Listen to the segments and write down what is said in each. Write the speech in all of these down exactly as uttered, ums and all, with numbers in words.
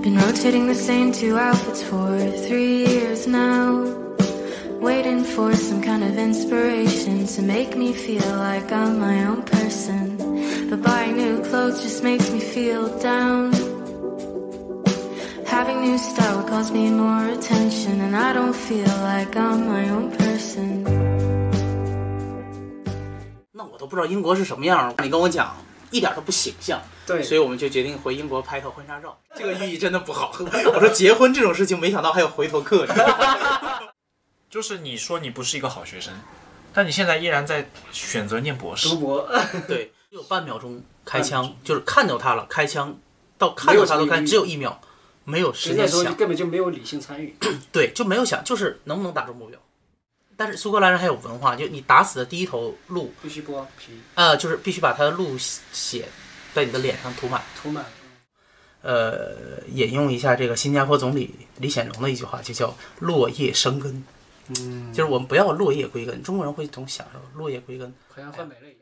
Been rotating the same two outfits for three years now, waiting for some kind of inspiration to make me feel like I'm my own person. But buying new clothes just makes me feel down. Having new style would cause me more attention, and I don't feel like I'm my own person. 那我都不知道英国是什么样，你跟我讲一点都不形象。 对， 所以我们就决定回英国拍套婚纱照。这个寓意真的不好。我说结婚这种事情，没想到还有回头客。 就是你说你不是一个好学生，但你现在依然在选择念博士。 读博。 对，有半秒钟开枪，就是看到他了开枪，到看到他都开，只有一秒，没有时间想。 那时候根本就没有理性参与。 对，就没有想，就是能不能打中目标。但是苏格兰人还有文化，就你打死的第一头鹿必须剥皮， 呃，就是必须把它的鹿血在你的脸上涂满， 涂满。 呃，引用一下这个新加坡总理李显龙的一句话，就叫“落叶生根”。 嗯， 就是我们不要落叶归根。中国人会总想着落叶归根， 好像换美了一样。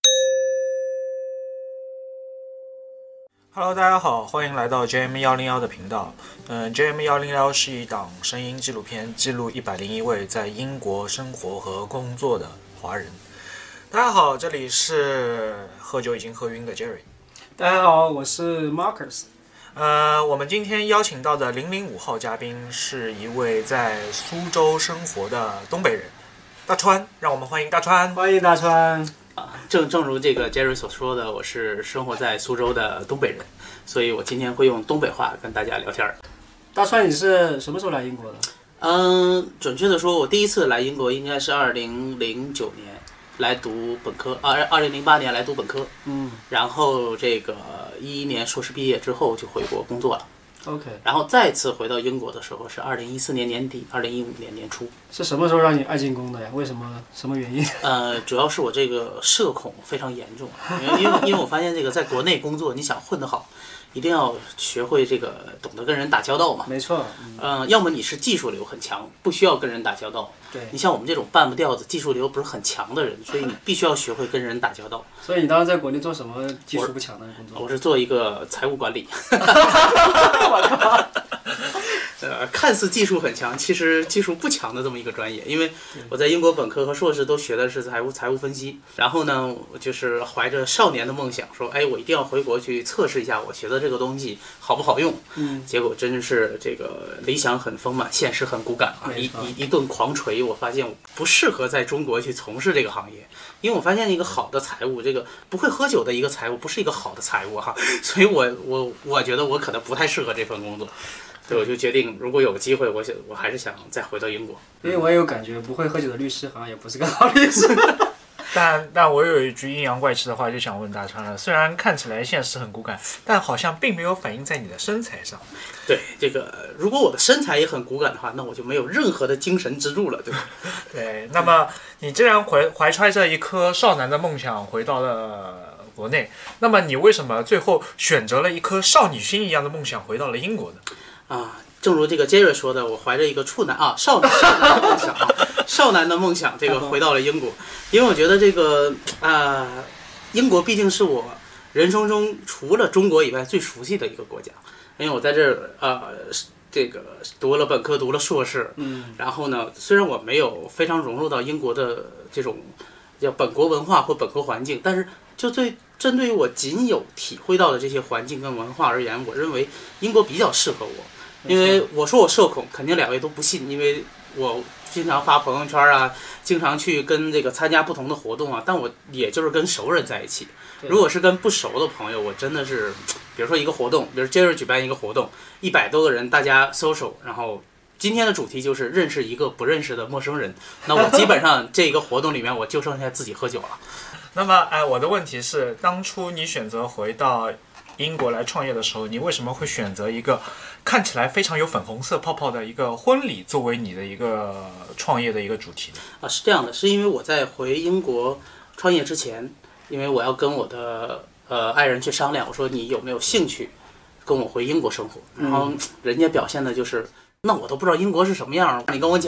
Hello， 大家好，欢迎来到 J M 一零一 的频道。嗯 ，J M 一零一 是一档声音纪录片，记录一百零一位在英国生活和工作的华人。大家好，这里是喝酒已经喝晕的 Jerry。 大家好，我是 Marcus。 呃，我们今天邀请到的零零五号嘉宾是一位在苏州生活的东北人，大川，让我们欢迎大川。 欢迎大川。 正正如这个 Jerry 所说的，我是生活在苏州的东北人，所以我今天会用东北话跟大家聊天。 大川，你是什么时候来英国的？ 嗯，准确的说，我第一次来英国应该是二零零九年来读本科，二二零零八年来读本科， 嗯， 然后这个一一年硕士毕业之后就回国工作了。 OK， 然后再次回到英国的时候是二零一四年年底，二零一五年年初。 是什么时候让你爱进攻的呀？为什么？什么原因？ 呃，主要是我这个社恐非常严重，因为因为因为我发现这个在国内工作，你想混得好，一定要学会这个懂得跟人打交道嘛。 没错。 嗯、呃，要么你是技术流很强，不需要跟人打交道。 对。 你像我们这种半不掉子、技术流不是很强的人，所以你必须要学会跟人打交道。 所以你当时在国内做什么技术不强的工作？ 我是做一个财务管理。 我靠！ 呃，看似技术很强，其实技术不强的这么一个专业。因为我在英国本科和硕士都学的是财务财务分析，然后呢，我就是怀着少年的梦想，说，哎，我一定要回国去测试一下我学的这个东西好不好用。 嗯。 结果真是这个理想很丰满，现实很骨感啊！一一一顿狂锤，我发现我不适合在中国去从事这个行业，因为我发现一个好的财务，这个不会喝酒的一个财务，不是一个好的财务哈。所以我我我觉得我可能不太适合这份工作。所以我就决定，如果有机会，我想我还是想再回到英国。 因为我也有感觉，不会喝酒的律师好像也不是个好律师。 但但我有一句阴阳怪气的话，就想问大川了。虽然看起来现实很骨感，但好像并没有反映在你的身材上。 对，这个如果我的身材也很骨感的话，那我就没有任何的精神支柱了，对吧？ 对。那么你既然怀怀揣着一颗少男的梦想回到了国内，那么你为什么最后选择了一颗少女心一样的梦想回到了英国呢？ 啊，正如这个 Jerry 说的，我怀着一个处男啊少少男的梦想啊，少男的梦想，这个回到了英国，因为我觉得这个啊、呃，英国毕竟是我人生中除了中国以外最熟悉的一个国家，因为我在这儿呃这个读了本科，读了硕士， 嗯， 然后呢，虽然我没有非常融入到英国的这种叫本国文化或本科环境，但是就对。针对于我仅有体会到的这些环境跟文化而言，我认为英国比较适合我。因为我说我社恐，肯定两位都不信，因为我经常发朋友圈啊，经常去跟这个参加不同的活动啊，但我也就是跟熟人在一起。如果是跟不熟的朋友，我真的是，比如说一个活动，比如 Jerry 举办一个活动，一百多个人，大家 social， 然后今天的主题就是认识一个不认识的陌生人，那我基本上这个活动里面我就剩下自己喝酒了。 那么，哎，我的问题是，当初你选择回到英国来创业的时候，你为什么会选择一个看起来非常有粉红色泡泡的一个婚礼作为你的一个创业的一个主题呢？ 啊，是这样的，是因为我在回英国创业之前，因为我要跟我的呃爱人去商量，我说你有没有兴趣跟我回英国生活？然后人家表现的就是，那我都不知道英国是什么样，你跟我讲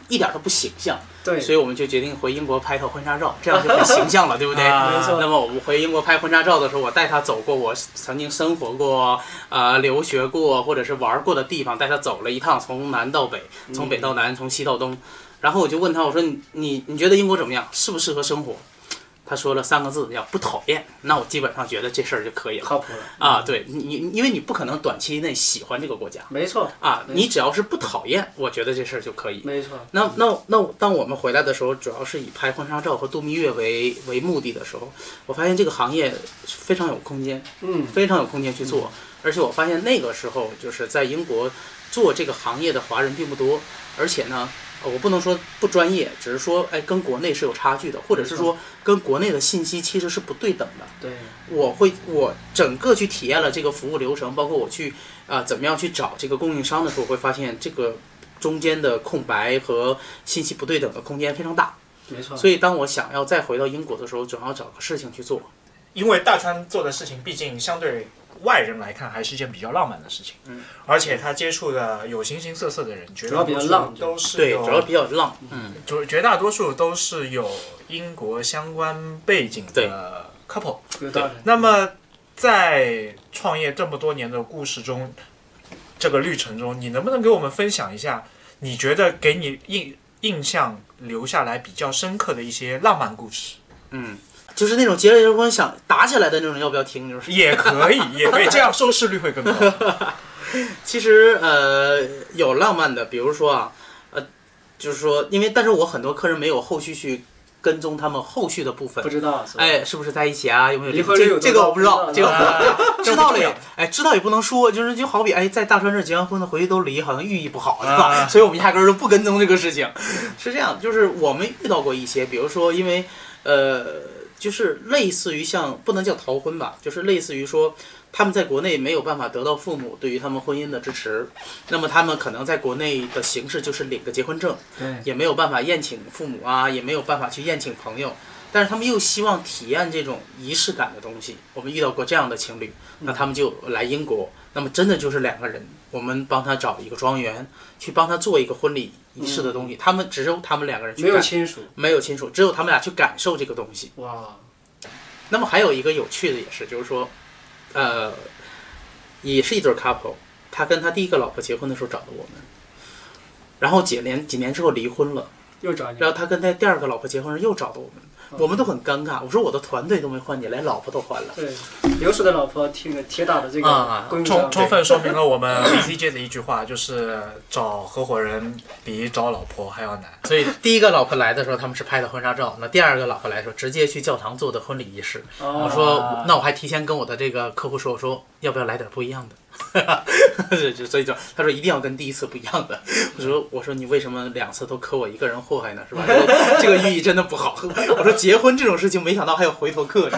一点都不形象。 对， 所以我们就决定回英国拍套婚纱照，这样就很形象了，对不对？ 没错。 那么我们回英国拍婚纱照的时候，我带他走过我曾经生活过、呃留学过或者是玩过的地方，带他走了一趟，从南到北，从北到南，从西到东。然后我就问他，我说你你你觉得英国怎么样？适不适合生活？他说了三个字，叫不讨厌。那我基本上觉得这事儿就可以了， 靠谱了啊！对你，因为你不可能短期内喜欢这个国家， 没错啊，你只要是不讨厌，我觉得这事儿就可以。 没错。 那那那当我们回来的时候，主要是以拍婚纱照和度蜜月为为目的的时候，我发现这个行业非常有空间， 嗯， 非常有空间去做。而且我发现那个时候就是在英国做这个行业的华人并不多，而且呢。我不能说不专业，只是说，哎，跟国内是有差距的，或者是说跟国内的信息其实是不对等的。 对， 我会我整个去体验了这个服务流程，包括我去啊、呃、怎么样去找这个供应商的时候，我会发现这个中间的空白和信息不对等的空间非常大。 没错。 所以当我想要再回到英国的时候，总要找个事情去做。 因为大川做的事情，毕竟相对外人来看还是一件比较浪漫的事情， 嗯， 而且他接触的有形形色色的人，绝大多数都是对， 有主要比较浪，嗯， 就绝大多数都是有英国相关背景的 couple。 有道理。 那么在创业这么多年的故事中，这个旅程中，你能不能给我们分享一下，你觉得给你印印象留下来比较深刻的一些浪漫故事？ 嗯。就是那种结了婚想打起来的那种，要不要听？就是也可以，也可以，这样收视率会更高。 其实呃有浪漫的，比如说啊，呃，就是说，因为但是我很多客人没有后续去跟踪他们后续的部分， 不知道， 哎，是不是在一起啊？有没有离婚率有这个我不知道，这个啊知道了也，哎，知道也不能说，就是就好比哎，在大川这结完婚的回去都离，好像寓意不好，是吧？ 啊、 所以我们压根儿就不跟踪这个事情。是这样，就是我们遇到过一些，比如说因为呃。就是类似于像不能叫逃婚吧，就是类似于说他们在国内没有办法得到父母对于他们婚姻的支持，那么他们可能在国内的形式就是领个结婚证，也没有办法宴请父母啊，也没有办法去宴请朋友，但是他们又希望体验这种仪式感的东西。我们遇到过这样的情侣，那他们就来英国，那么真的就是两个人，我们帮他找一个庄园，去帮他做一个婚礼仪式的东西，嗯、他们只有他们两个人去， 没有亲属， 没有亲属，只有他们俩去感受这个东西。 哇！ 那么还有一个有趣的也是，就是说，呃，也是一对 couple， 他跟他第一个老婆结婚的时候找的我们，然后几年几年之后离婚了， 又找你， 然后他跟他第二个老婆结婚时又找的我们。我们都很尴尬，我说我的团队都没换你，连老婆都换了。 对，刘叔的老婆听了铁打的这个闺蜜， 充充分说明了我们 V C J 的一句话，就是找合伙人比找老婆还要难。 所以第一个老婆来的时候，他们是拍的婚纱照；那第二个老婆来的时候，直接去教堂做的婚礼仪式。 哦、 我说，那我还提前跟我的这个客户说，我说要不要来点不一样的？所以就他说一定要跟第一次不一样的。我说我说你为什么两次都磕我一个人祸害呢？是吧？这个寓意真的不好。我说结婚这种事情，没想到还有回头客。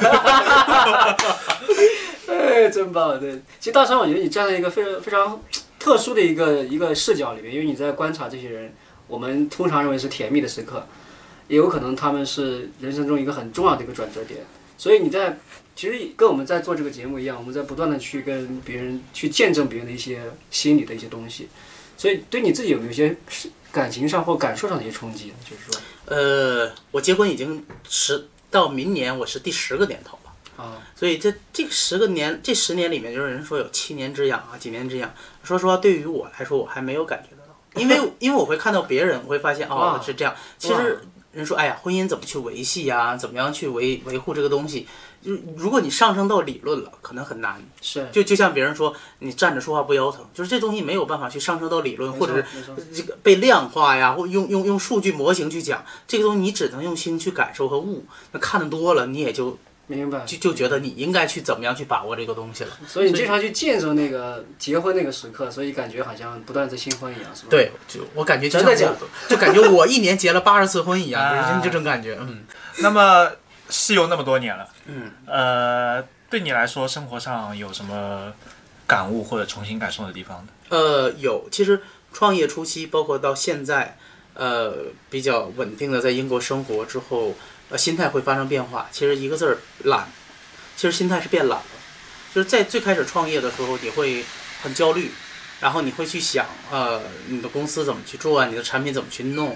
哎，真棒！对，其实大川，我觉得你站在一个非常非常特殊的一个一个视角里面，因为你在观察这些人，我们通常认为是甜蜜的时刻，也有可能他们是人生中一个很重要的一个转折点。所以你在其实跟我们在做这个节目一样，我们在不断的去跟别人去见证别人的一些心理的一些东西。所以对你自己有没有一些感情上或感受上的一些冲击呢？就是说， 呃，我结婚已经十到明年我是第十个年头了啊， 所以这这个十个年这十年里面，就是人说有七年之痒啊，几年之痒。说实话，对于我来说，我还没有感觉得到，因为因为我会看到别人，我会发现哦是这样。其实人说，哎呀，婚姻怎么去维系呀？怎么样去维维护这个东西？就是如果你上升到理论了，可能很难。 是， 就就像别人说，你站着说话不腰疼，就是这东西没有办法去上升到理论，或者是这个被量化呀，或用用用数据模型去讲这个东西，你只能用心去感受和悟。那看得多了，你也就明白， 就就觉得你应该去怎么样去把握这个东西了。 所以你经常去见证那个结婚那个时刻，所以感觉好像不断在新婚一样，是吧？ 对，就我感觉就像讲， 就感觉我一年结了八十次婚一样，就是就这种感觉。嗯， 那么。室友那么多年了， 嗯， 呃，对你来说，生活上有什么感悟或者重新感受的地方呢？ 呃，有，其实创业初期，包括到现在，呃，比较稳定的在英国生活之后，呃，心态会发生变化。其实一个字儿懒，其实心态是变懒了。就是在最开始创业的时候，你会很焦虑，然后你会去想，呃，你的公司怎么去做啊，你的产品怎么去弄。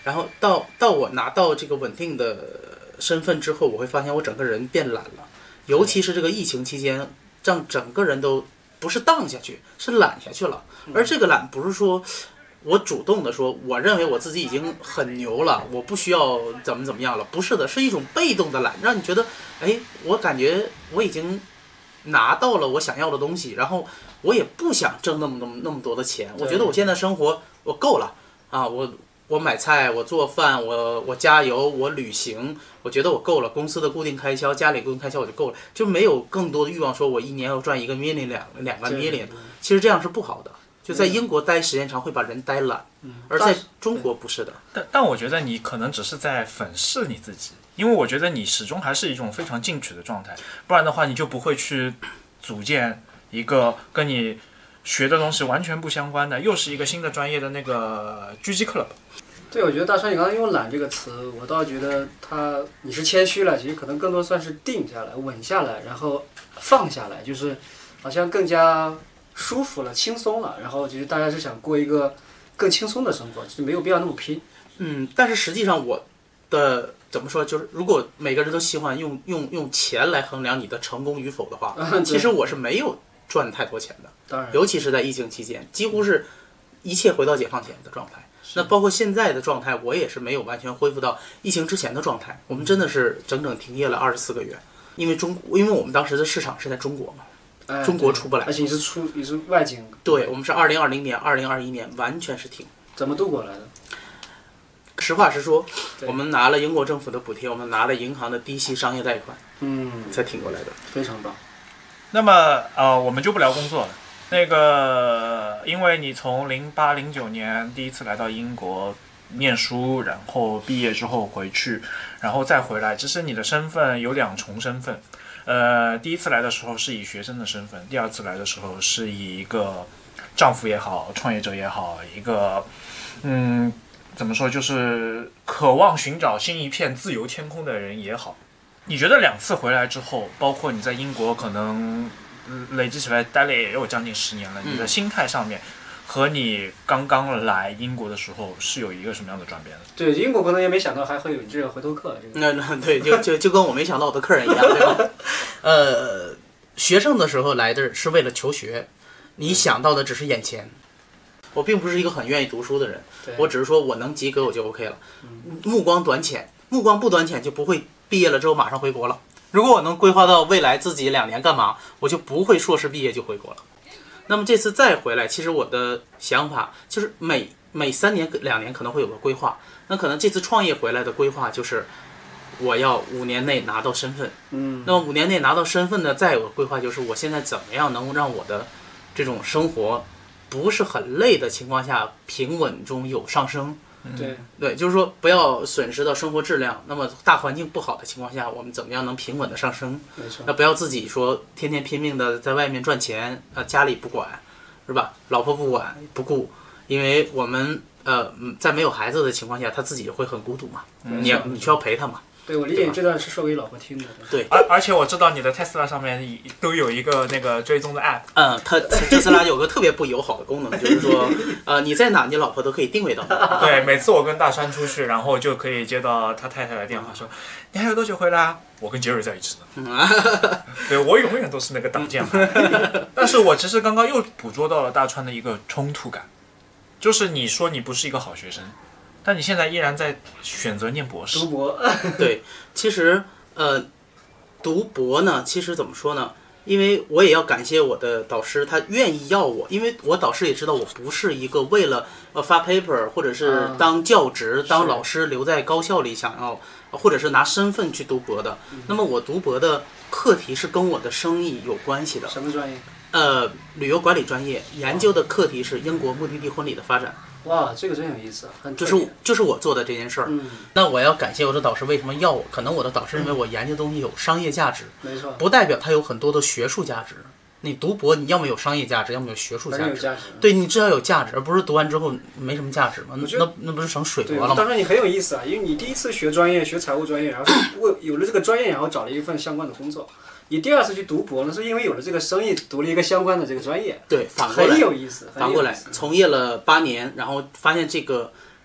然后到到我拿到这个稳定的身份之后，我会发现我整个人变懒了，尤其是这个疫情期间，让整个人都不是荡下去，是懒下去了。而这个懒不是说我主动的说，我认为我自己已经很牛了，我不需要怎么怎么样了，不是的，是一种被动的懒，让你觉得，哎，我感觉我已经拿到了我想要的东西，然后我也不想挣那么那么那么多的钱，我觉得我现在生活我够了啊，我我买菜，我做饭，我我加油，我旅行，我觉得我够了，公司的固定开销，家里固定开销我就够了，就没有更多的欲望说我一年要赚一个 million 两两个 million， 其实这样是不好的。就在英国待时间长会把人呆懒，而在中国不是的。 但但我觉得你可能只是在粉饰你自己，因为我觉得你始终还是一种非常进取的状态，不然的话你就不会去组建一个跟你学的东西完全不相关的，又是一个新的专业的那个狙击 club。 对，我觉得大川你刚刚用懒这个词，我倒觉得他你是谦虚了，其实可能更多算是定下来、稳下来，然后放下来，就是好像更加舒服了、轻松了，然后其实大家是想过一个更轻松的生活，就没有必要那么拼。 嗯，但是实际上我的怎么说，就是如果每个人都喜欢用用用钱来衡量你的成功与否的话， 嗯、 其实我是没有赚太多钱的， 当然， 尤其是在疫情期间，几乎是一切回到解放前的状态。那包括现在的状态，我也是没有完全恢复到疫情之前的状态。我们真的是整整停业了二十四个月，因为中，因为我们当时的市场是在中国嘛。 哎、 中国出不来， 而且你是出你是外景， 对，我们是二零二零年、二零二一年完全是停。 怎么度过来的？ 实话实说，我们拿了英国政府的补贴，我们拿了银行的低息商业贷款， 嗯， 才挺过来的， 非常棒。 那么呃，我们就不聊工作了。那个，因为你从零八零九年第一次来到英国念书，然后毕业之后回去，然后再回来，其实你的身份有两重身份。呃，第一次来的时候是以学生的身份，第二次来的时候是以一个丈夫也好，创业者也好，一个嗯，怎么说，就是渴望寻找新一片自由天空的人也好。你觉得两次回来之后，包括你在英国可能累积起来待了也有将近十年了，你的心态上面和你刚刚来英国的时候是有一个什么样的转变的？ 对，英国可能也没想到还会有这个回头客。这个、 那那对，就就就跟我没想到我的客人一样，对吧？呃，学生的时候来这是为了求学，你想到的只是眼前。我并不是一个很愿意读书的人，我只是说我能及格我就 OK 了。目光短浅，目光不短浅就不会毕业了之后马上回国了。如果我能规划到未来自己两年干嘛，我就不会硕士毕业就回国了。那么这次再回来，其实我的想法就是每每三年两年可能会有个规划。那可能这次创业回来的规划就是我要五年内拿到身份。 嗯。 那么五年内拿到身份呢，再有个规划就是我现在怎么样能让我的这种生活不是很累的情况下，平稳中有上升。 对对，就是说不要损失到生活质量。那么大环境不好的情况下，我们怎么样能平稳的上升？ 没错。 那不要自己说天天拼命的在外面赚钱，呃，家里不管，是吧？老婆不管不顾，因为我们呃在没有孩子的情况下，他自己会很孤独嘛。你要你需要陪他嘛。 对，我理解你这段是说给老婆听的。 对， 而而且我知道你的特斯拉上面都有一个那个追踪的 app。 嗯，特特斯拉有个特别不友好的功能，就是说，呃，你在哪，你老婆都可以定位到你。 对，每次我跟大山出去，然后就可以接到他太太的电话，说：“你还有多久回来啊？我跟杰瑞在一起呢。”对，我永远都是那个挡箭牌。但是我其实刚刚又捕捉到了大川的一个冲突感，就是你说你不是一个好学生。但你现在依然在选择念博士。 读博。 对，其实呃，读博呢，其实怎么说呢？因为我也要感谢我的导师，他愿意要我，因为我导师也知道我不是一个为了呃发 paper 或者是当教职、嗯、当老师留在高校里想要，或者是拿身份去读博的。嗯、那么我读博的课题是跟我的生意有关系的。 什么专业？ 呃，旅游管理专业，研究的课题是英国目的地婚礼的发展。 哇，这个真有意思，很就是就是我做的这件事儿。 嗯， 那我要感谢我的导师，为什么要我？可能我的导师认为我研究东西有商业价值， 没错， 不代表它有很多的学术价值。你读博，你要么有商业价值，要么有学术价值。 价值对，你至少有价值，而不是读完之后没什么价值嘛？那那不是成水博了吗？ 当时你很有意思啊，因为你第一次学专业，学财务专业，然后为有了这个专业，然后找了一份相关的工作。你第二次去读博呢，是因为有了这个生意，读了一个相关的这个专业。 对，反过来很有意思。 反过来，从业了八年，然后发现这个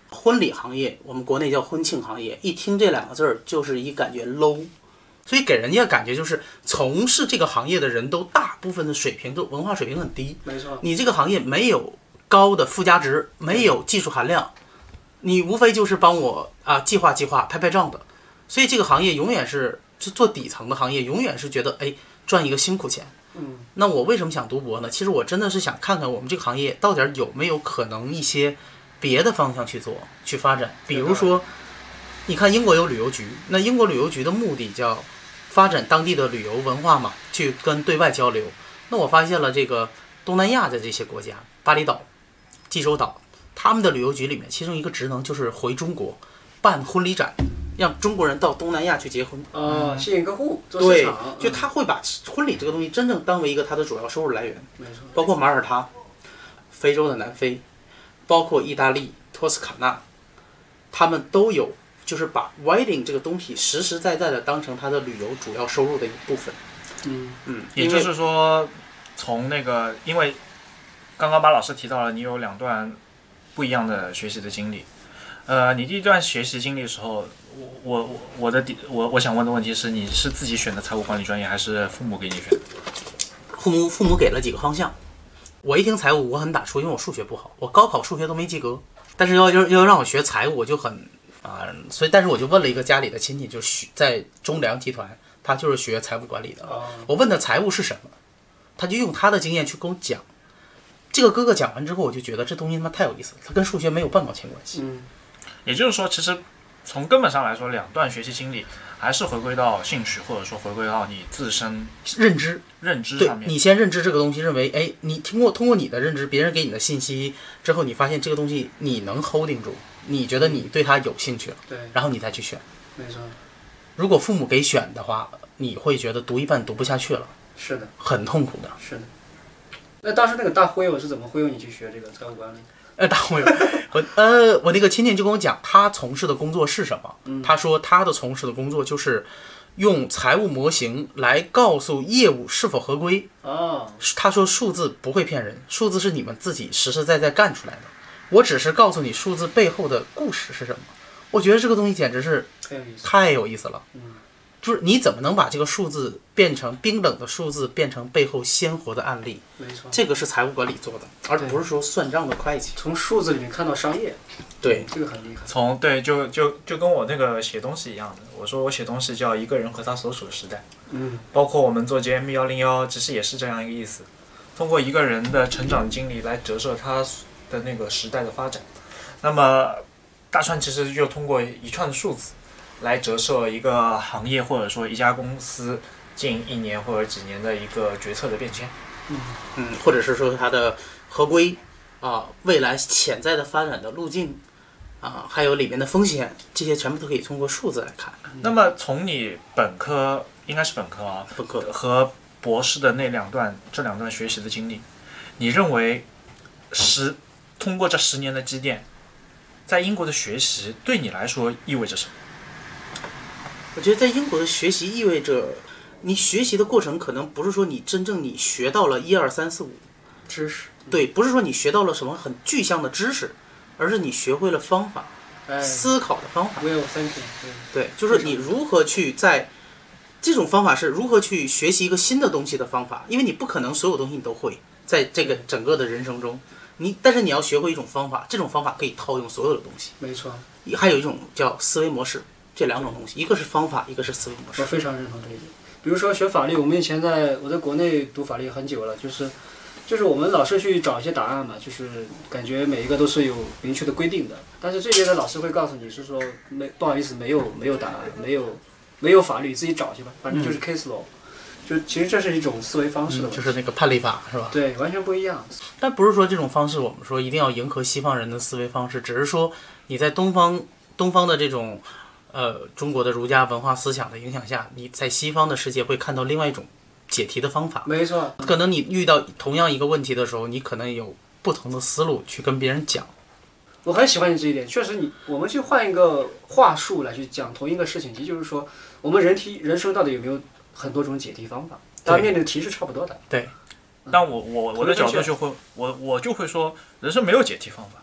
婚礼行业，我们国内叫婚庆行业，一听这两个字儿就是一感觉 low， 所以给人家感觉就是从事这个行业的人都大部分的水平都文化水平很低。 没错， 你这个行业没有高的附加值，没有技术含量，你无非就是帮我啊计划计划、拍拍账的。所以这个行业永远是就做底层的行业，永远是觉得哎赚一个辛苦钱。 嗯， 那我为什么想读博呢？其实我真的是想看看我们这个行业到底有没有可能一些别的方向去做去发展。比如说，你看英国有旅游局，那英国旅游局的目的叫发展当地的旅游文化嘛，去跟对外交流。那我发现了这个东南亚的这些国家，巴厘岛、济州岛，他们的旅游局里面，其中一个职能就是回中国办婚礼展，让中国人到东南亚去结婚。 哦，吸引客户，做市对场，， 就他会把婚礼这个东西真正当为一个他的主要收入来源。 没错， 包括马耳他、非洲的南非，包括意大利、托斯卡纳，他们都有，就是把 wedding 这个东西实实在在的当成他的旅游主要收入的一部分。 嗯嗯， 也就是说，从那个，因为刚刚巴老师提到了你有两段不一样的学习的经历。呃，你第一段学习经历的时候，我我我的第我我想问的问题是，你是自己选的财务管理专业，还是父母给你选的？ 父母父母给了几个方向，我一听财务我很打怵，因为我数学不好，我高考数学都没及格，但是要要要让我学财务，我就很啊、所以但是我就问了一个家里的亲戚，就是学在中粮集团，他就是学财务管理的， 哦我问他财务是什么，他就用他的经验去跟我讲。这个哥哥讲完之后，我就觉得这东西他妈太有意思了，他跟数学没有半毛钱关系。 嗯， 也就是说，其实从根本上来说，两段学习经历还是回归到兴趣，或者说回归到你自身认知，对认知上面。 你先认知这个东西，认为哎，你通过通过你的认知，别人给你的信息之后，你发现这个东西你能 holding 住，你觉得你对它有兴趣了， 对， 然后你再去选。 没错， 如果父母给选的话，你会觉得读一半读不下去了， 是的， 很痛苦的。 是的。那当时那个大忽悠是怎么忽悠你去学这个财务管理？ 呃，大我有我呃，我那个亲戚就跟我讲，他从事的工作是什么？ 嗯他说他的从事的工作就是用财务模型来告诉业务是否合规。 哦， 他说数字不会骗人，数字是你们自己实实在在干出来的。我只是告诉你数字背后的故事是什么。我觉得这个东西简直是很有意思。 太有意思了。 嗯， 就是你怎么能把这个数字变成冰冷的数字，变成背后鲜活的案例？ 没错。 这个是财务管理做的，而不是说算账的会计。 从数字里面看到商业， 对， 这个很厉害。 从对，就就就跟我那个写东西一样的。我说我写东西叫一个人和他所处的时代， 嗯， 包括我们做 J M 幺零幺，其实也是这样一个意思。通过一个人的成长经历来折射他的那个时代的发展。那么大川其实就通过一串数字来折射一个行业或者说一家公司近一年或者几年的一个决策的变迁。 嗯，或者是说它的合规啊，未来潜在的发展的路径啊，还有里面的风险，这些全部都可以通过数字来看。 那么从你本科应该是本科啊， 本科和博士的那两段这两段学习的经历，你认为十通过这十年的积淀，在英国的学习对你来说意味着什么？ 我觉得在英国的学习意味着，你学习的过程可能不是说你真正你学到了一二三四五知识， 对，不是说你学到了什么很具象的知识，而是你学会了方法， 哎思考的方法。 ，way of thinking，对， 对，就是你如何去在这种方法是如何去学习一个新的东西的方法，因为你不可能所有东西你都会，在这个整个的人生中，你但是你要学会一种方法，这种方法可以套用所有的东西。 没错， 还有一种叫思维模式，这两种东西，一个是方法，一个是思维模式。 我非常认同这一点。比如说学法律，我们以前在我在国内读法律很久了，就是就是我们老是去找一些答案嘛，就是感觉每一个都是有明确的规定的，但是这边的老师会告诉你是说没不好意思，没有没有答案，没有没有法律，自己找去吧，反正就是 case law，、就其实这是一种思维方式的问题、 嗯就是那个判例法是吧？ 对，完全不一样。 但不是说这种方式我们说一定要迎合西方人的思维方式，只是说你在东方东方的这种呃中国的儒家文化思想的影响下，你在西方的世界会看到另外一种解题的方法。 没错， 可能你遇到同样一个问题的时候，你可能有不同的思路去跟别人讲。 我很喜欢你这一点，确实你，我们去换一个话术来去讲同一个事情，也就是说，我们人题人生到底有没有很多种解题方法？大家面对的题是差不多的。 对。 但我我我的角度就会，我我就会说，人生没有解题方法，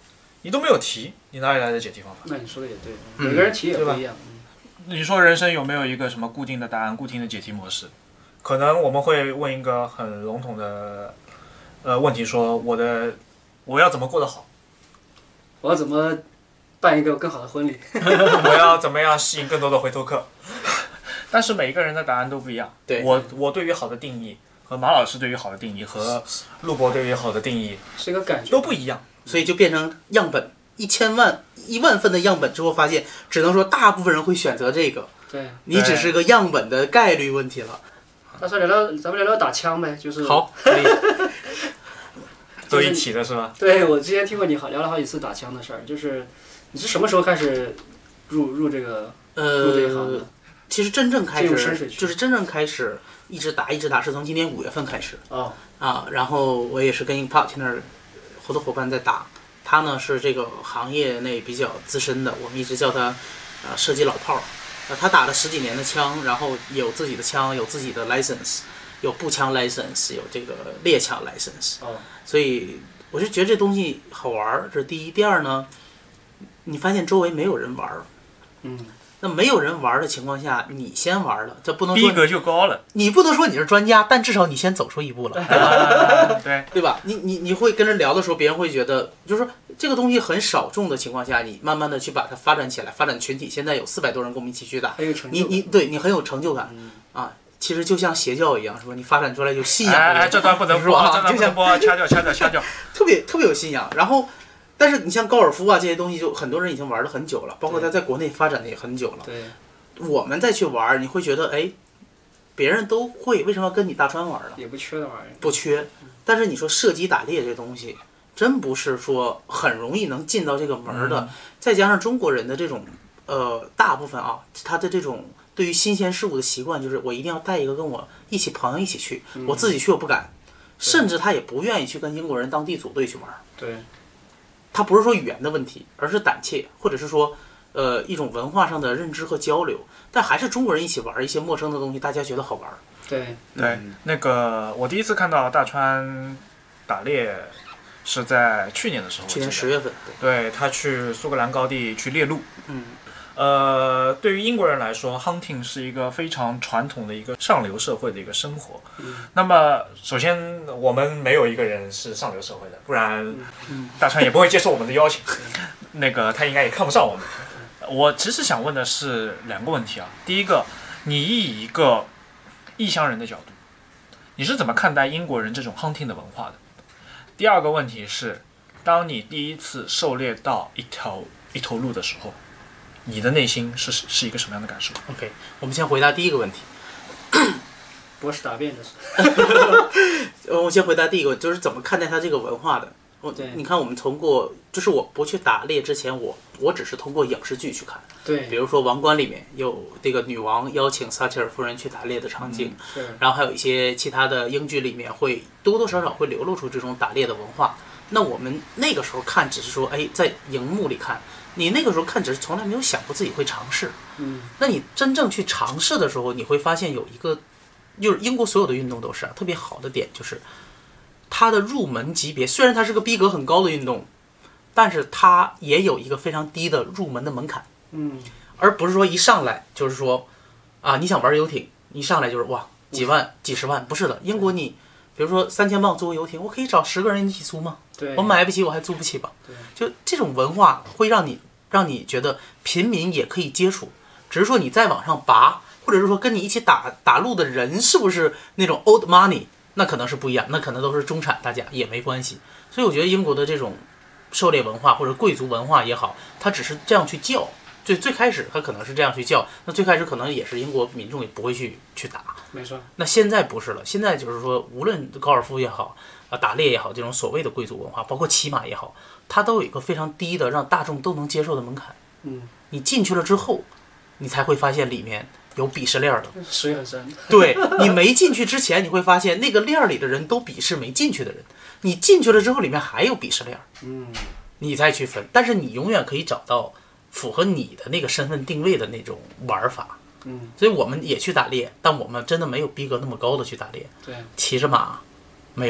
你都没有提，你哪里来的解题方法？ 那你说的也对，每个人题也不一样。 你说人生有没有一个什么固定的答案、固定的解题模式？可能我们会问一个很笼统的呃问题，说我的我要怎么过得好？ 我要怎么办一个更好的婚礼？ 我要怎么样吸引更多的回头客？但是每一个人的答案都不一样。 对， 我我对于好的定义和马老师对于好的定义和陆博对于好的定义是一个感觉都不一样， 所以就变成样本一千万一万份的样本之后，发现只能说大部分人会选择这个。 对， 你只是个样本的概率问题了。 他说聊聊，咱们聊聊打枪呗，就是好，可以。 都一起的是吧？ 对，我之前听过你好聊了好几次打枪的事儿，就是你是什么时候开始入入这个呃入这一行的？ 其实真正开进入深水区始就是真正开始一直打一直打，是从今年五月份开始。 哦。 啊，然后我也是跟一个 partner 合作伙伴在打，他呢是这个行业内比较资深的，我们一直叫他啊、呃、射击老炮儿。呃，他打了十几年的枪，然后有自己的枪，有自己的 license， 有步枪 license， 有这个猎枪 license。 哦。 所以我就觉得这东西好玩儿，这是第一。第二呢，你发现周围没有人玩儿。 嗯。 那没有人玩的情况下，你先玩了，这不能说逼格就高了。 你不能说你是专家，但至少你先走出一步了，对吧？ 对对吧？你你你会跟人聊的时候，别人会觉得，就是说这个东西很少众的情况下，你慢慢的去把它发展起来，发展群体。现在有四百多人跟我们一起去打， 很有成就你你对你很有成就感、嗯、啊。其实就像邪教一样，是吧？你发展出来有信仰。 哎哎，这段不能播，这段不能播，掐掉掐掉掐掉。 特别特别有信仰，然后。但是你像高尔夫啊这些东西，就很多人已经玩了很久了，包括他在国内发展的也很久了。 对。 我们再去玩，你会觉得哎，别人都会，为什么要跟你大川玩呢？ 也不缺那玩意儿。 不缺，但是你说射击打猎这东西，真不是说很容易能进到这个门的。嗯、再加上中国人的这种呃大部分啊，他的这种对于新鲜事物的习惯，就是我一定要带一个跟我一起朋友一起去， 嗯、 我自己去我不敢，甚至他也不愿意去跟英国人当地组队去玩。 对。 他不是说语言的问题，而是胆怯，或者是说。呃，一种文化上的认知和交流，但还是中国人一起玩一些陌生的东西，大家觉得好玩。 对对、嗯，那个我第一次看到大川打猎是在去年的时候， 去年十月份， 对，对他去苏格兰高地去猎鹿。 嗯， 呃，对于英国人来说 ，hunting 是一个非常传统的一个上流社会的一个生活。 嗯， 那么首先我们没有一个人是上流社会的，不然大川也不会接受我们的邀请。嗯、那个他应该也看不上我们。我其实想问的是两个问题啊。第一个，你以一个异乡人的角度，你是怎么看待英国人这种 hunting 的文化的？第二个问题是，当你第一次狩猎到一条一头鹿的时候，你的内心是是一个什么样的感受 ？OK， 我们先回答第一个问题。 博士答辩的是。 我先回答第一个，就是怎么看待他这个文化的。我你看，我们通过就是我不去打猎之前，我我只是通过影视剧去看。 对。 比如说《王冠》里面有这个女王邀请撒切尔夫人去打猎的场景， 嗯、 然后还有一些其他的英剧里面会多多少少会流露出这种打猎的文化。那我们那个时候看只是说，哎，在荧幕里看，你那个时候看只是从来没有想过自己会尝试。 嗯。 那你真正去尝试的时候，你会发现有一个，就是英国所有的运动都是啊，特别好的点就是。它的入门级别虽然它是个逼格很高的运动，但是它也有一个非常低的入门的门槛， 嗯， 而不是说一上来就是说，啊，你想玩游艇，一上来就是哇几万几十万，不是的。英国你比如说三千磅租个游艇，我可以找十个人一起租吗？ 对， 我买不起我还租不起吧？ 对， 就这种文化会让你让你觉得平民也可以接触，只是说你再往上拔，或者是说跟你一起打打路的人是不是那种 old money。那可能是不一样，那可能都是中产，大家也没关系。所以我觉得英国的这种狩猎文化或者贵族文化也好，它只是这样去叫。最最开始它可能是这样去叫，那最开始可能也是英国民众也不会去去打。 没错。 那现在不是了，现在就是说，无论高尔夫也好，啊打猎也好，这种所谓的贵族文化，包括骑马也好，它都有一个非常低的让大众都能接受的门槛。 嗯。 你进去了之后，你才会发现里面。有鄙视链的， 水很深。 对，你没进去之前，你会发现那个链里的人都鄙视没进去的人。你进去了之后，里面还有鄙视链， 嗯， 你再去分。但是你永远可以找到符合你的那个身份定位的那种玩法。 嗯， 所以我们也去打猎，但我们真的没有逼格那么高的去打猎。 对， 骑着马，没有，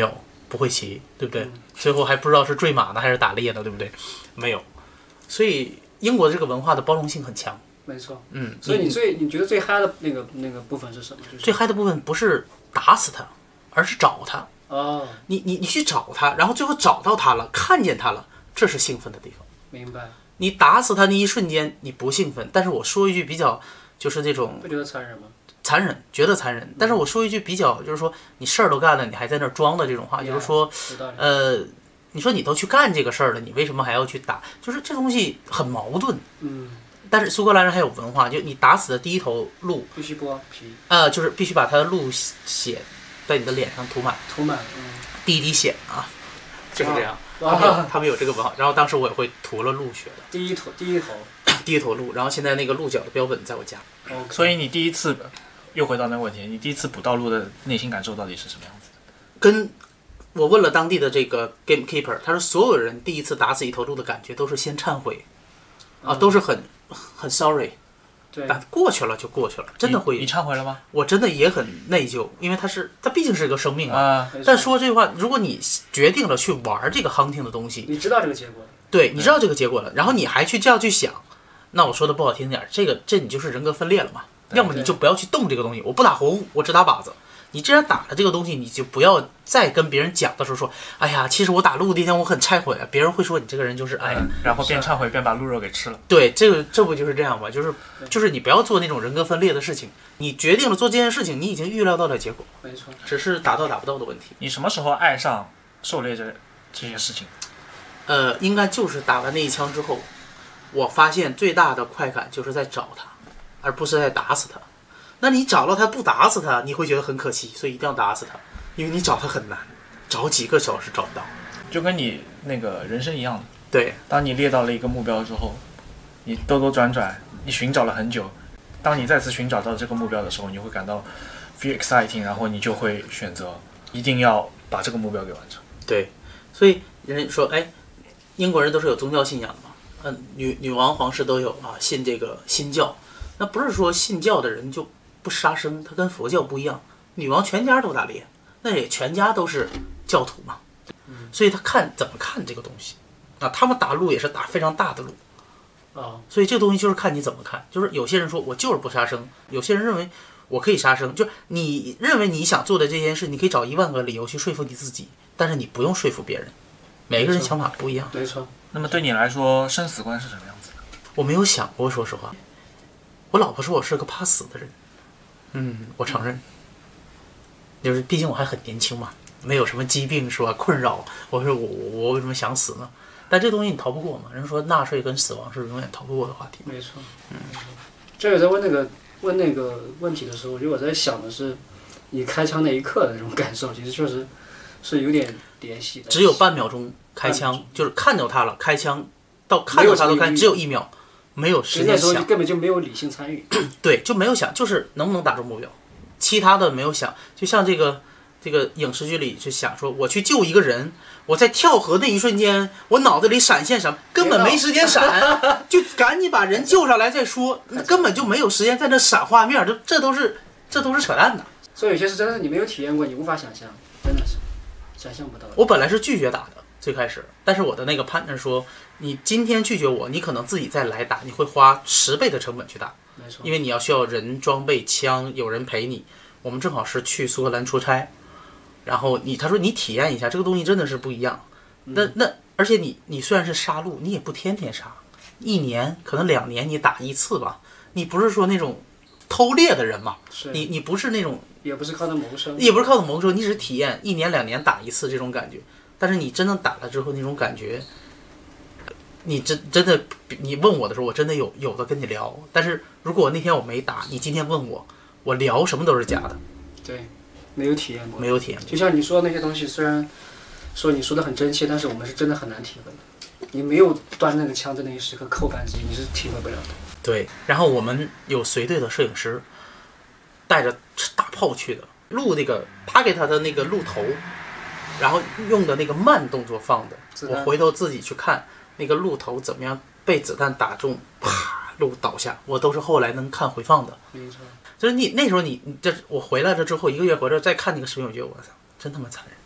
不会骑，对不对？ 嗯、 最后还不知道是坠马呢还是打猎呢，对不对？没有，所以英国这个文化的包容性很强。 没错， 嗯， 所以你最你觉得最嗨的那个那个部分是什么？就是、 最嗨的部分不是打死他，而是找他。 哦， 你你你去找他，然后最后找到他了，看见他了，这是兴奋的地方。 明白。 你打死他那一瞬间你不兴奋，但是我说一句比较就是那种不觉得残忍吗？ 残忍，觉得残忍。但是我说一句比较就是说你事儿都干了，你还在那儿装的这种话，就是说，呃，你说你都去干这个事儿了，你为什么还要去打？就是这东西很矛盾。 嗯。 但是苏格兰人还有文化，就你打死的第一头鹿必须剥皮。 呃，就是必须把它的鹿血在你的脸上涂满。 涂满。嗯。 第一滴血啊，就是这样。 他们有他们有这个文化，然后当时我也会涂了鹿血的。 第一头，第一头， 第一头鹿，然后现在那个鹿角的标本在我家。 Okay. 所以你第一次又回到那个问题，你第一次捕到鹿的内心感受到底是什么样子？ 跟我问了当地的这个 gamekeeper， 他说所有人第一次打死一头鹿的感觉都是先忏悔，啊， 嗯、 都是很很 sorry。 对， 但过去了就过去了，真的会。 你, 你忏悔了吗？ 我真的也很内疚，因为它是它毕竟是一个生命嘛。 啊、 但说这句话，如果你决定了去玩这个 hunting 的东西， 你知道这个结果。 对，你知道这个结果了，然后你还去这样去想，那我说的不好听点，这个这你就是人格分裂了嘛。要么你就不要去动这个东西，我不打活物，我只打靶子。你既然打了这个东西，你就不要再跟别人讲的时候说，哎呀，其实我打鹿那天我很忏悔啊，别人会说你这个人就是哎呀， 然后边忏悔边把鹿肉给吃了。 对，这个这不就是这样吗？就是就是你不要做那种人格分裂的事情，你决定了做这件事情，你已经预料到了结果， 没错， 只是达到达不到的问题。 你什么时候爱上狩猎这这些事情？ 呃，应该就是打完那一枪之后，我发现最大的快感就是在找他，而不是在打死他。那你找到他不打死他，你会觉得很可惜，所以一定要打死他，因为你找他很难，找几个小时找不到， 就跟你那个人生一样的。 对， 当你猎到了一个目标之后，你兜兜转转，你寻找了很久，当你再次寻找到这个目标的时候，你会感到 feel exciting， 然后你就会选择一定要把这个目标给完成。 对，所以人说，哎，英国人都是有宗教信仰的嘛，嗯，女女王、皇室都有啊，信这个新教，那不是说信教的人就不杀生，他跟佛教不一样，女王全家都打猎，那也全家都是教徒嘛，所以他看怎么看这个东西啊？他们打鹿也是打非常大的鹿啊， 所以这个东西就是看你怎么看。就是有些人说我就是不杀生，有些人认为我可以杀生，就你认为你想做的这件事，你可以找一万个理由去说服你自己，但是你不用说服别人，每个人想法不一样。 没错。 那么对你来说，生死观是什么样子的？ 我没有想过，说实话，我老婆说我是个怕死的人。嗯，我承认，就是毕竟我还很年轻嘛，没有什么疾病是吧困扰。我说我我为什么想死呢？但这东西你逃不过嘛。人说纳税跟死亡是永远逃不过的话题。 没错，嗯。这个在问那个问那个问题的时候，我觉得我在想的是，你开枪那一刻的那种感受，其实确实是有点联系的。 只有半秒钟开枪，就是看到他了，开枪到看到他都开，只有一秒。没有时间想， 那时候根本就没有理性参与。 对，就没有想，就是能不能打中目标，其他的没有想。就像这个这个影视剧里就想说，我去救一个人，我在跳河那一瞬间，我脑子里闪现什么，根本没时间闪，就赶紧把人救上来再说，根本就没有时间在那闪画面，这这都是这都是扯淡的。 所以有些是真的是你没有体验过，你无法想象，真的是想象不到。 我本来是拒绝打的。最开始，但是我的那个 partner 说，你今天拒绝我，你可能自己再来打，你会花十倍的成本去打， 没错， 因为你要需要人、装备、枪，有人陪你。我们正好是去苏格兰出差，然后你他说你体验一下这个东西真的是不一样。那那而且你你虽然是杀戮，你也不天天杀，一年可能两年你打一次吧，你不是说那种偷猎的人嘛，你你不是那种， 也不是靠着谋生， 也不是靠着谋生，你只是体验一年两年打一次这种感觉。但是你真正打了之后那种感觉，你真真的，你问我的时候，我真的有有的跟你聊。但是如果那天我没打，你今天问我，我聊什么都是假的。 对，没有体验过， 没有体验过。 就像你说的那些东西，虽然说你说的很真切，但是我们是真的很难体会的。你没有端那个枪在那一时刻扣扳机，你是体会不了的。 对，然后我们有随队的摄影师，带着大炮去的，录那个他给他的那个录头。然后用的那个慢动作放的，我回头自己去看那个鹿头怎么样被子弹打中，啪，鹿倒下，我都是后来能看回放的。 没错， 就是你那时候你你这我回来了之后一个月回来再看那个视频，我觉得我操，真他妈残忍。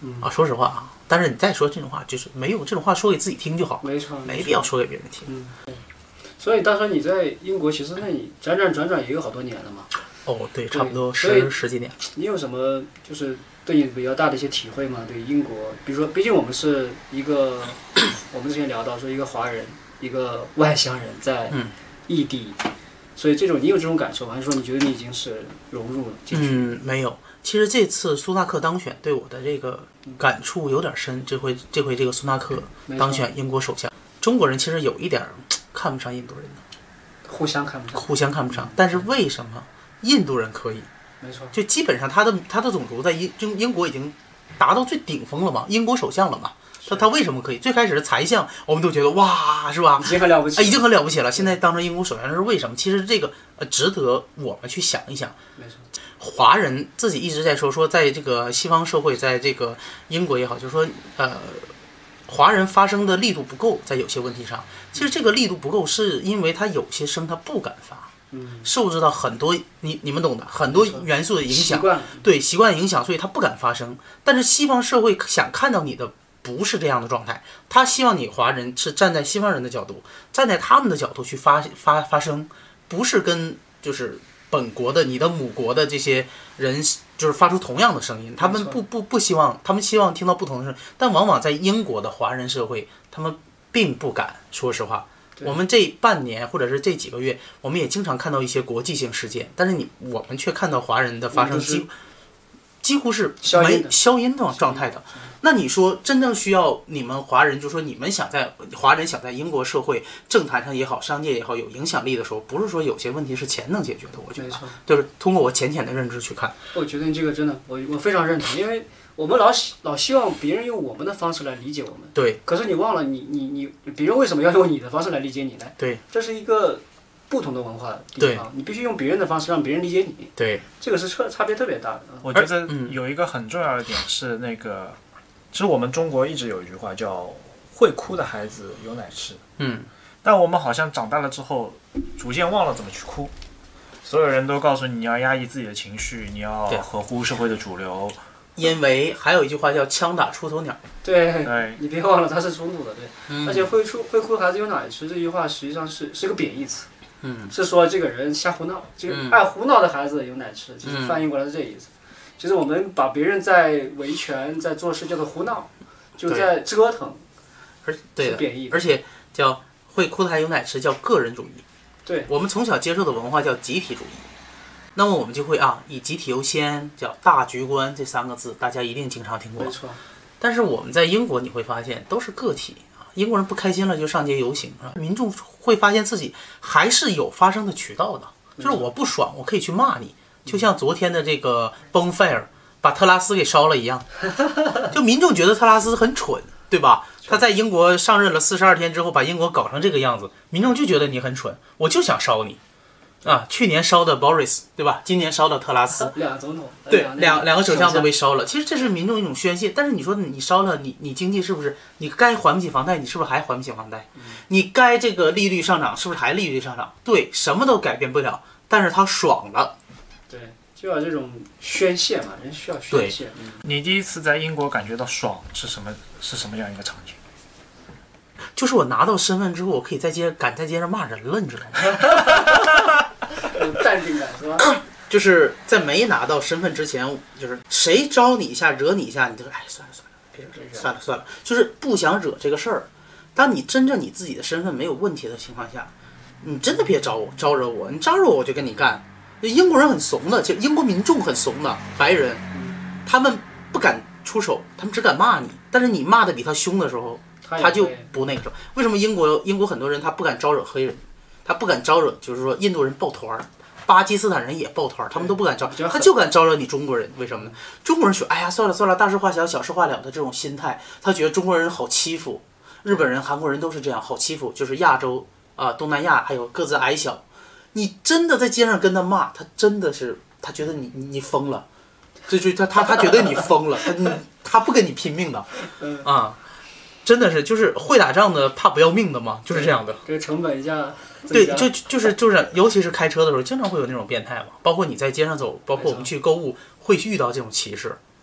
嗯啊，说实话啊。但是你再说这种话，就是没有这种话说给自己听就好， 没错， 没必要说给别人听。 嗯，对。所以大川你在英国，其实那你辗转转转也有好多年了嘛。 哦，对，差不多所以十十几年。 你有什么就是对你比较大的一些体会吗？对英国，比如说，毕竟我们是一个，我们之前聊到说一个华人，一个外乡人在异地，嗯、所以这种你有这种感受吗？还是说你觉得你已经是融入了进去？ 嗯，没有。其实这次苏纳克当选对我的这个感触有点深。这回这回这个苏纳克当选英国首相，中国人其实有一点看不上印度人的， 互相看不上， 互相看不上。但是为什么印度人可以？ 没错， 就基本上他的他的种族在英英英国已经达到最顶峰了嘛，英国首相了嘛。他他为什么可以？最开始的财相我们都觉得哇，是吧？ 已经很了不起了， 啊，已经很了不起了。现在当成英国首相是为什么？其实这个呃值得我们去想一想。 没错。 华人自己一直在说说，在这个西方社会，在这个英国也好，就是说，呃，华人发声的力度不够，在有些问题上，其实这个力度不够，是因为他有些声他不敢发， 嗯， 受制到很多你你们懂的很多元素的影响， 习惯对习惯影响，所以他不敢发声。但是西方社会想看到你的不是这样的状态，他希望你华人是站在西方人的角度，站在他们的角度去发发发声，不是跟就是。本国的你的母国的这些人就是发出同样的声音，他们不不不希望，他们希望听到不同的声音，但往往在英国的华人社会，他们并不敢。说实话，我们这半年或者是这几个月，我们也经常看到一些国际性事件，但是你我们却看到华人的发生几几乎是没消音的状态的。那你说真正需要你们华人，就说你们想在华人想在英国社会政坛上也好，商界也好有影响力的时候，不是说有些问题是钱能解决的，我觉得就是通过我浅浅的认知去看。 我觉得你这个真的，我我非常认同，因为我们老希老希望别人用我们的方式来理解我们， 对。 可是你忘了你，你你你，别人为什么要用你的方式来理解你呢？ 对， 这是一个不同的文化地方，你必须用别人的方式让别人理解你。 对， 这个是差差别特别大的。 我觉得有一个很重要的点是那个。其实我们中国一直有一句话叫“会哭的孩子有奶吃”， 嗯， 但我们好像长大了之后，逐渐忘了怎么去哭。所有人都告诉你你要压抑自己的情绪，你要合乎社会的主流。 因为还有一句话叫“枪打出头鸟”。 对， 对， 你别忘了它是冲突的，对。 嗯、 而且会出会哭的孩子有奶吃这句话实际上是是个贬义词， 嗯， 是说这个人瞎胡闹，这个爱胡闹的孩子有奶吃，其实翻译过来是这意思。其实我们把别人在维权、在做事叫做胡闹，就在折腾， 而对的， 是贬义的。 而且叫会哭的还有奶吃，叫个人主义。 对， 我们从小接受的文化叫集体主义，那么我们就会啊，以集体优先，叫大局观这三个字，大家一定经常听过。 没错。 但是我们在英国你会发现都是个体啊，英国人不开心了就上街游行啊，民众会发现自己还是有发声的渠道的，就是我不爽，我可以去骂你。就像昨天的这个 bonfire 把特拉斯给烧了一样，就民众觉得特拉斯很蠢，对吧？他在英国上任了四十二天之后，把英国搞成这个样子，民众就觉得你很蠢，我就想烧你啊！去年烧的 Boris， 对吧？今年烧的特拉斯， 两个总统， 对，两两个首相都被烧了。其实这是民众一种宣泄，但是你说你烧了，你你经济是不是？你该还不起房贷，你是不是还还不起房贷？你该这个利率上涨，是不是还利率上涨？对，什么都改变不了，但是他爽了。 对，就要这种宣泄嘛，人需要宣泄。嗯、 你第一次在英国感觉到爽是什么？是什么样一个场景？ 就是我拿到身份之后，我可以在街敢在街上骂人了，你知道吗？ 有淡定感是吧？ 就是在没拿到身份之前，就是谁招你一下、惹你一下，你就哎算了算了，别惹，算了算了，就是不想惹这个事儿。当你真正你自己的身份没有问题的情况下，你真的别招我、招惹我，你招惹我我就跟你干。英国人很怂的，就英国民众很怂的，白人，他们不敢出手，他们只敢骂你。但是你骂的比他凶的时候，他就不那个时候。为什么英国英国很多人他不敢招惹黑人，他不敢招惹，就是说印度人抱团儿，巴基斯坦人也抱团儿，他们都不敢招，他就敢招惹你中国人。为什么呢？中国人说，哎呀，算了算了，大事化小，小事化了的这种心态，他觉得中国人好欺负，日本人、韩国人都是这样，好欺负，就是亚洲啊、呃、东南亚还有个子矮小。你真的在街上跟他骂，他真的是他觉得你你你疯了，就就他他他觉得你疯了，他他不跟你拼命的啊，真的是就是会打仗的怕不要命的嘛，就是这样的。 这个成本一下对，就就是就是，尤其是开车的时候，经常会有那种变态嘛。包括你在街上走，包括我们去购物，会遇到这种歧视。 嗯，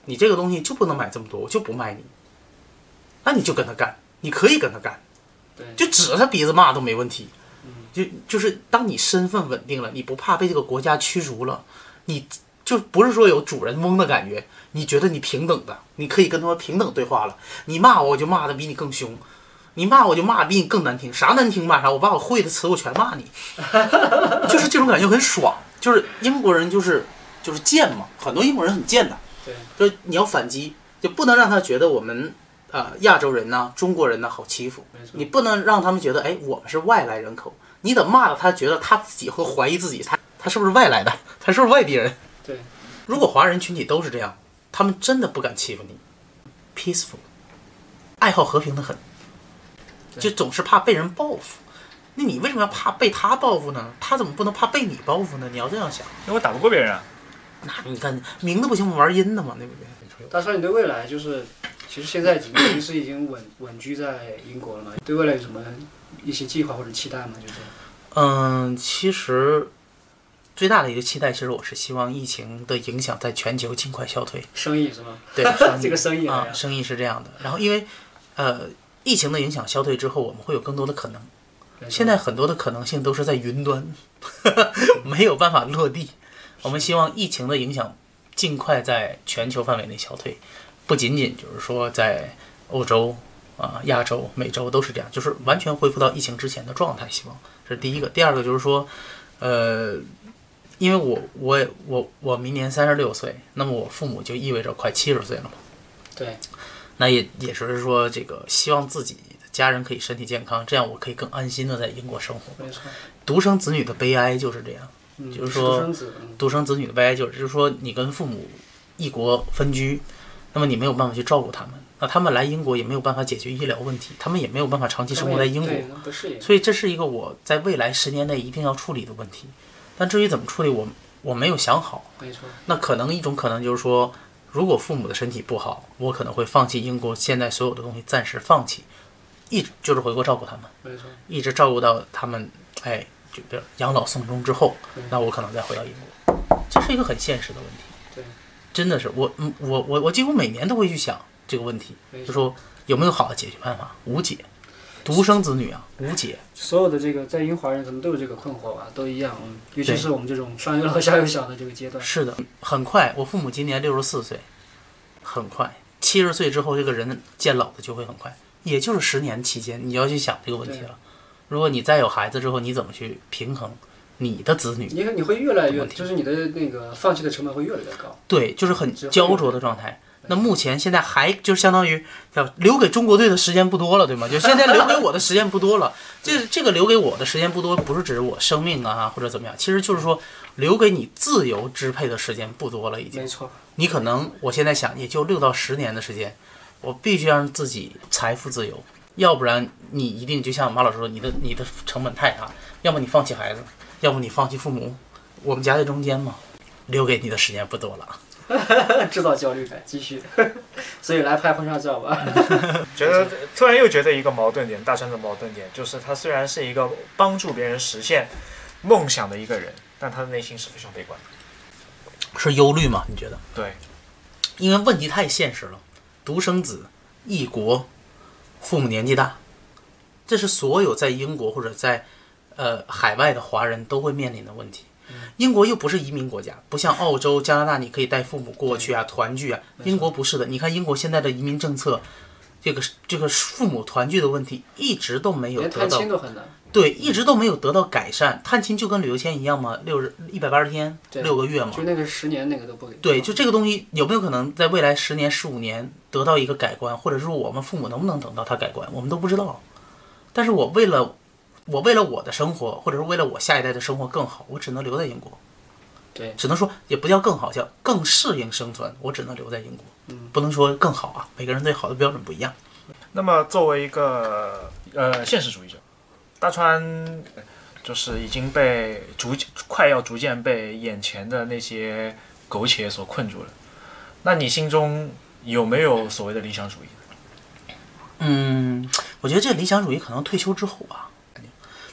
你这个东西就不能买这么多，我就不卖你，那你就跟他干，你可以跟他干， 对， 就指着他鼻子骂都没问题。就就是当你身份稳定了，你不怕被这个国家驱逐了，你就不是说有主人翁的感觉，你觉得你平等的，你可以跟他们平等对话了。你骂我，我就骂的比你更凶；你骂我就骂得比你更难听。啥难听骂啥，我把我会的词我全骂你，就是这种感觉很爽。就是英国人就是就是贱嘛，很多英国人很贱的， 对， 就是你要反击，就不能让他觉得我们。呃，亚洲人呐、中国人呐好欺负，你不能让他们觉得，哎，我们是外来人口，你得骂了他，觉得他自己会怀疑自己，他他是不是外来的，他是不是外地人？ 对， 如果华人群体都是这样，他们真的不敢欺负你 ，peaceful， 爱好和平的很，就总是怕被人报复。那你为什么要怕被他报复呢？他怎么不能怕被你报复呢？你要这样想。 因为我打不过别人啊。 那你看明的不行，我玩阴的嘛，对不对？ 大川，你对未来就是，其实现在已经其实已经稳稳居在英国了嘛？对未来有什么一些计划或者期待吗？就是。 嗯，其实最大的一个期待，其实我是希望疫情的影响在全球尽快消退。 生意是吗？ 对， 这个生意啊，生意是这样的。然后因为呃，疫情的影响消退之后，我们会有更多的可能。现在很多的可能性都是在云端，没有办法落地。我们希望疫情的影响尽快在全球范围内消退，不仅仅就是说在欧洲啊、亚洲、美洲都是这样，就是完全恢复到疫情之前的状态。希望这是第一个。第二个就是说，呃，因为我我我我明年三十六岁，那么我父母就意味着快七十岁了嘛。 对。 那也也是说，这个希望自己的家人可以身体健康，这样我可以更安心的在英国生活。 没错。 独生子女的悲哀就是这样。 嗯、 就是说， 独生子， 独生子女的悲哀就是，就是说，你跟父母异国分居，那么你没有办法去照顾他们，那他们来英国也没有办法解决医疗问题，他们也没有办法长期生活在英国，所以这是一个我在未来十年内一定要处理的问题。但至于怎么处理，我我没有想好。 没错。 那可能一种可能就是说，如果父母的身体不好，我可能会放弃英国现在所有的东西，暂时放弃，一直就是回国照顾他们， 没错， 一直照顾到他们，哎。就比如养老送终之后，那我可能再回到英国，这是一个很现实的问题。 对， 真的是我，我我我几乎每年都会去想这个问题，就说有没有好的解决办法？无解，独生子女啊，无解。 所有的这个在英华人可能都有这个困惑吧，都一样。嗯，尤其是我们这种上有老下有小的这个阶段。 是的，很快，我父母今年六十四岁，很快，七十岁之后，这个人渐老的就会很快，也就是十年期间，你要去想这个问题了。如果你再有孩子之后，你怎么去平衡你的子女？ 你你会越来越，就是你的那个放弃的成本会越来越高。 对，就是很焦灼的状态。那目前现在还就相当于要留给中国队的时间不多了，对吗？就现在留给我的时间不多了。这这个留给我的时间不多，不是指我生命啊或者怎么样，其实就是说留给你自由支配的时间不多了，已经。 没错。 你可能我现在想也就六到十年的时间，我必须让自己财富自由。要不然你一定就像马老师说，你的你的成本太大，要么你放弃孩子，要么你放弃父母，我们夹在中间嘛，留给你的时间不多了。 制造焦虑感，继续，所以来拍婚纱照吧。 觉得突然又觉得一个矛盾点，大川的矛盾点就是他虽然是一个帮助别人实现梦想的一个人，但他的内心是非常悲观的。 是忧虑吗？你觉得？ 对， 因为问题太现实了，独生子，异国。父母年纪大，这是所有在英国或者在呃海外的华人都会面临的问题。英国又不是移民国家，不像澳洲、加拿大，你可以带父母过去啊，团聚啊。英国不是的，你看英国现在的移民政策，这个这个父母团聚的问题一直都没有得到， 连探亲都很难。 对，一直都没有得到改善。探亲就跟旅游签一样嘛，六十一百八十天，六个月嘛。 就那个十年那个都不给。 对，就这个东西有没有可能在未来十年、十五年得到一个改观，或者说我们父母能不能等到它改观，我们都不知道。但是我为了我为了我的生活，或者是为了我下一代的生活更好，我只能留在英国。 对， 只能说也不叫更好，叫更适应生存。我只能留在英国， 嗯， 不能说更好啊。每个人对好的标准不一样。 那么作为一个呃现实主义者。大川就是已经被逐快要逐渐被眼前的那些苟且所困住了。那你心中有没有所谓的理想主义？ 嗯，我觉得这理想主义可能退休之后吧。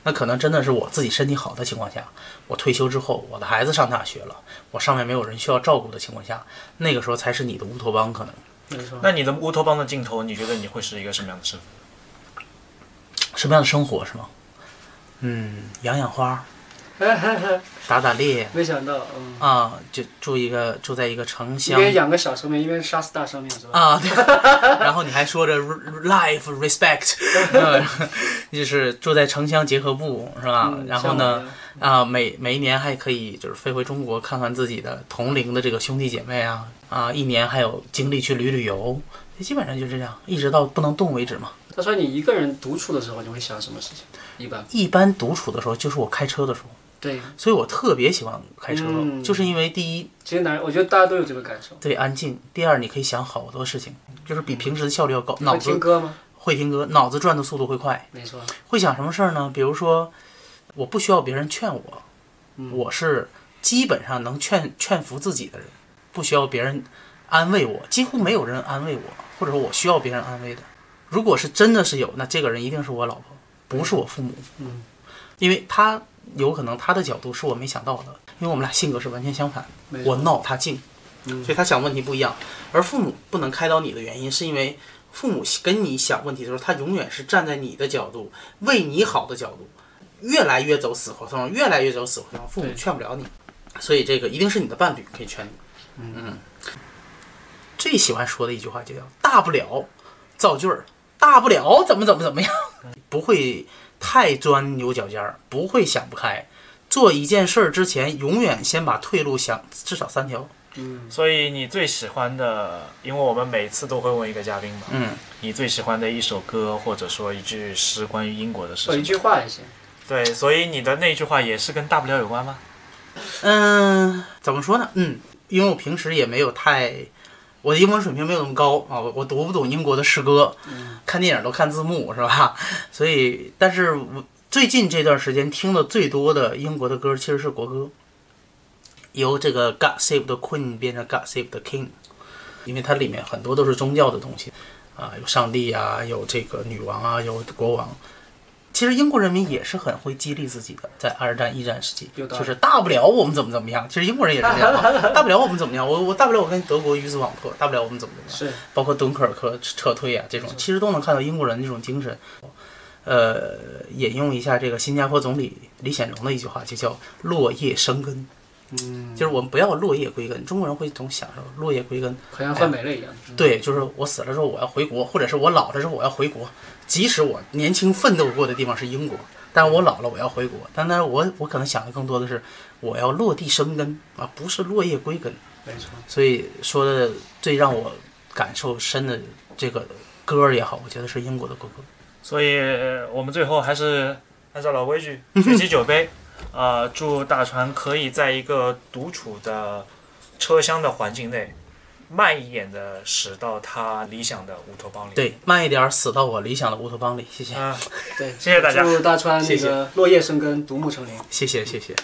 那可能真的是我自己身体好的情况下，我退休之后，我的孩子上大学了，我上面没有人需要照顾的情况下，那个时候才是你的乌托邦可能。 没错。 那你的乌托邦的尽头，你觉得你会是一个什么样的身份？ 什么样的生活是吗？嗯，养养花，打打猎。 没想到，嗯。 啊，就住一个住在一个城乡。 一边养个小生命，一边杀死大生命，是吧？ 啊，对。然后你还说着 life respect， 就是住在城乡结合部，是吧？ 嗯、 然后呢，啊，每每一年还可以就是飞回中国看看自己的同龄的这个兄弟姐妹啊，啊，一年还有精力去旅旅游，基本上就是这样，一直到不能动为止嘛。 他说你一个人独处的时候，你会想什么事情？一般一般独处的时候，就是我开车的时候。 对， 所以我特别喜欢开车， 嗯、 就是因为第一， 其实男人，我觉得大家都有这个感受。 对，安静。第二，你可以想好多事情，就是比平时的效率要高。脑子会听歌吗？ 会听歌，脑子转的速度会快。 没错。 会想什么事儿呢？比如说，我不需要别人劝我， 嗯、 我是基本上能劝劝服自己的人，不需要别人安慰我，几乎没有人安慰我，或者说我需要别人安慰的。如果是真的是有，那这个人一定是我老婆，不是我父母。 嗯， 因为他。有可能他的角度是我没想到的，因为我们俩性格是完全相反，我闹他静， 嗯、 所以他想问题不一样。而父母不能开导你的原因，是因为父母跟你想问题的时候，他永远是站在你的角度，为你好的角度，越来越走死胡同，越来越走死胡同，父母劝不了你，所以这个一定是你的伴侣可以劝你。 嗯嗯，最喜欢说的一句话就叫大不了造句儿，大不了怎么怎么怎么样，不会太钻牛角尖儿，不会想不开。做一件事儿之前，永远先把退路想至少三条。 嗯， 所以你最喜欢的，因为我们每次都会问一个嘉宾嘛， 嗯， 你最喜欢的一首歌或者说一句诗关于英国的事情， 一句话也行。 对，所以你的那句话也是跟大不了有关吗？ 嗯，怎么说呢？嗯，因为我平时也没有太。我的英文水平没有那么高啊，我我读不懂英国的诗歌， 嗯、 看电影都看字幕是吧？所以，但是我最近这段时间听的最多的英国的歌其实是国歌，由这个 God Save the Queen 变成 God Save the King， 因为它里面很多都是宗教的东西啊，有上帝啊，有这个女王啊，有国王。其实英国人民也是很会激励自己的，在二战、一战时期，就是大不了我们怎么怎么样。其实英国人也是这样嘛，大不了我们怎么样，我我大不了我跟德国鱼死网破，大不了我们怎么怎么样。 是， 包括敦刻尔克撤退啊，这种其实都能看到英国人这种精神。呃，引用一下这个新加坡总理李显荣的一句话，就叫“落叶生根”。 嗯， 就是我们不要落叶归根。中国人会总想着落叶归根， 好像换美了一样。 哎、对，就是我死了之后我要回国，或者是我老了之后我要回国。即使我年轻奋斗过的地方是英国，但我老了我要回国。但但是我我可能想的更多的是我要落地生根啊，不是落叶归根。 没错。所以说的最让我感受深的这个歌也好，我觉得是英国的国歌。 所以我们最后还是按照老规矩，举起酒杯。呃，祝大船可以在一个独处的车厢的环境内，慢一点的驶到他理想的乌托邦里。 对，慢一点死到我理想的乌托邦里。谢谢。 啊， 对， 谢谢大家。 祝大川那个落叶生根，独木成林。 谢谢，谢谢。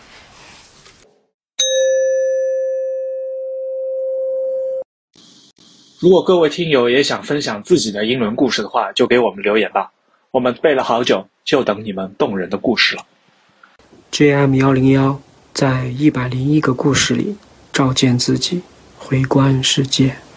如果各位听友也想分享自己的英伦故事的话，就给我们留言吧。我们背了好久，就等你们动人的故事了。 J M 一零一在一百零一个故事里照见自己，回观世界。